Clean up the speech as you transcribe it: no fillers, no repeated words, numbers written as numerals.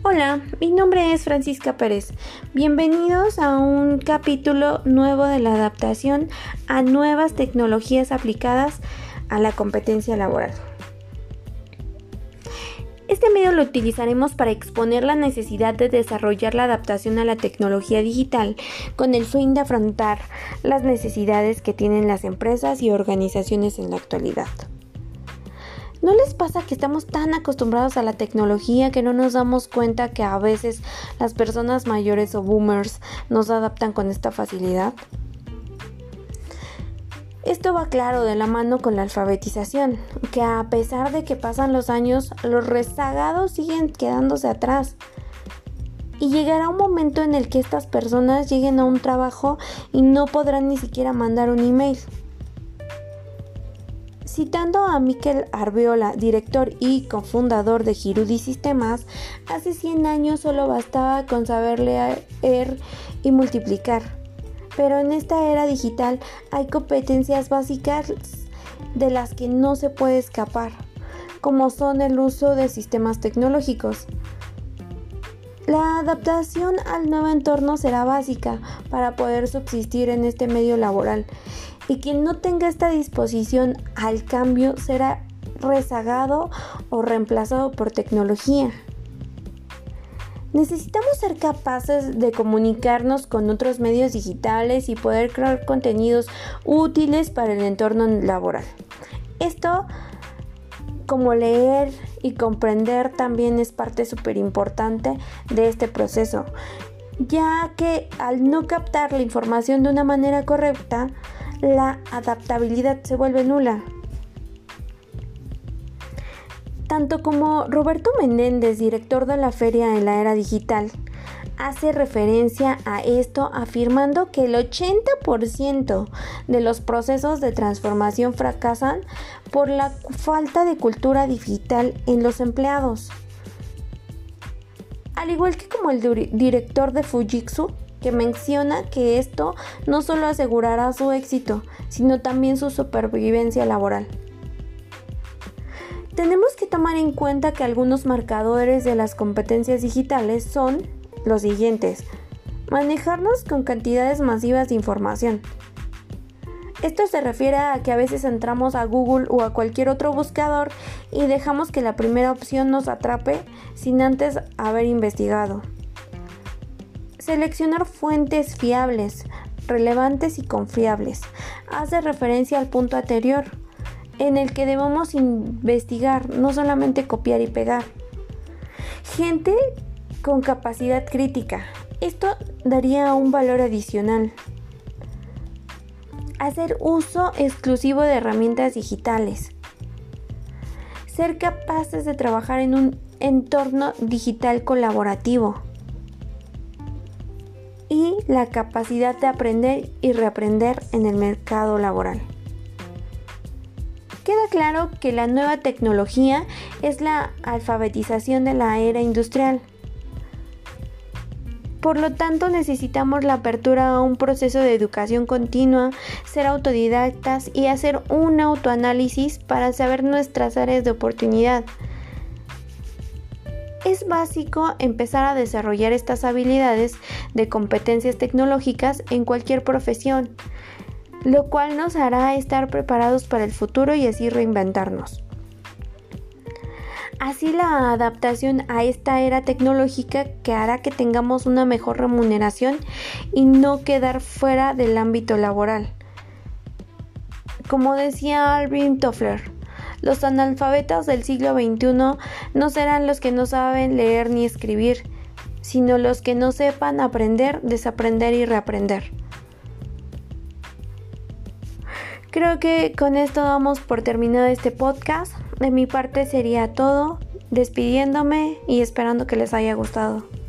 Hola, mi nombre es Francisca Pérez. Bienvenidos a un capítulo nuevo de la adaptación a nuevas tecnologías aplicadas a la competencia laboral. Este medio lo utilizaremos para exponer la necesidad de desarrollar la adaptación a la tecnología digital con el fin de afrontar las necesidades que tienen las empresas y organizaciones en la actualidad. ¿No les pasa que estamos tan acostumbrados a la tecnología que no nos damos cuenta que a veces las personas mayores o boomers nos adaptan con esta facilidad? Esto va claro de la mano con la alfabetización, que a pesar de que pasan los años, los rezagados siguen quedándose atrás. Y llegará un momento en el que estas personas lleguen a un trabajo y no podrán ni siquiera mandar un email. Citando a Miquel Arbeola, director y cofundador de Girudi Sistemas, hace 100 años solo bastaba con saber leer y multiplicar. Pero en esta era digital hay competencias básicas de las que no se puede escapar, como son el uso de sistemas tecnológicos. La adaptación al nuevo entorno será básica para poder subsistir en este medio laboral, y quien no tenga esta disposición al cambio será rezagado o reemplazado por tecnología. Necesitamos ser capaces de comunicarnos con otros medios digitales y poder crear contenidos útiles para el entorno laboral. Esto, como leer y comprender, también es parte súper importante de este proceso, ya que al no captar la información de una manera correcta, la adaptabilidad se vuelve nula. Tanto como Roberto Menéndez, director de la Feria en la Era Digital, hace referencia a esto afirmando que el 80% de los procesos de transformación fracasan por la falta de cultura digital en los empleados. Al igual que como el director de Fujitsu, que menciona que esto no solo asegurará su éxito, sino también su supervivencia laboral. Tenemos que tomar en cuenta que algunos marcadores de las competencias digitales son los siguientes: manejarnos con cantidades masivas de información. Esto se refiere a que a veces entramos a Google o a cualquier otro buscador y dejamos que la primera opción nos atrape sin antes haber investigado. Seleccionar fuentes fiables, relevantes y confiables. Hace referencia al punto anterior, en el que debemos investigar, no solamente copiar y pegar. Gente con capacidad crítica. Esto daría un valor adicional. Hacer uso exclusivo de herramientas digitales. Ser capaces de trabajar en un entorno digital colaborativo. Y la capacidad de aprender y reaprender en el mercado laboral. Queda claro que la nueva tecnología es la alfabetización de la era industrial. Por lo tanto, necesitamos la apertura a un proceso de educación continua, ser autodidactas y hacer un autoanálisis para saber nuestras áreas de oportunidad. Es básico empezar a desarrollar estas habilidades de competencias tecnológicas en cualquier profesión, lo cual nos hará estar preparados para el futuro y así reinventarnos. Así la adaptación a esta era tecnológica que hará que tengamos una mejor remuneración y no quedar fuera del ámbito laboral. Como decía Alvin Toffler, los analfabetas del siglo XXI no serán los que no saben leer ni escribir, sino los que no sepan aprender, desaprender y reaprender. Creo que con esto damos por terminado este podcast. De mi parte sería todo, despidiéndome y esperando que les haya gustado.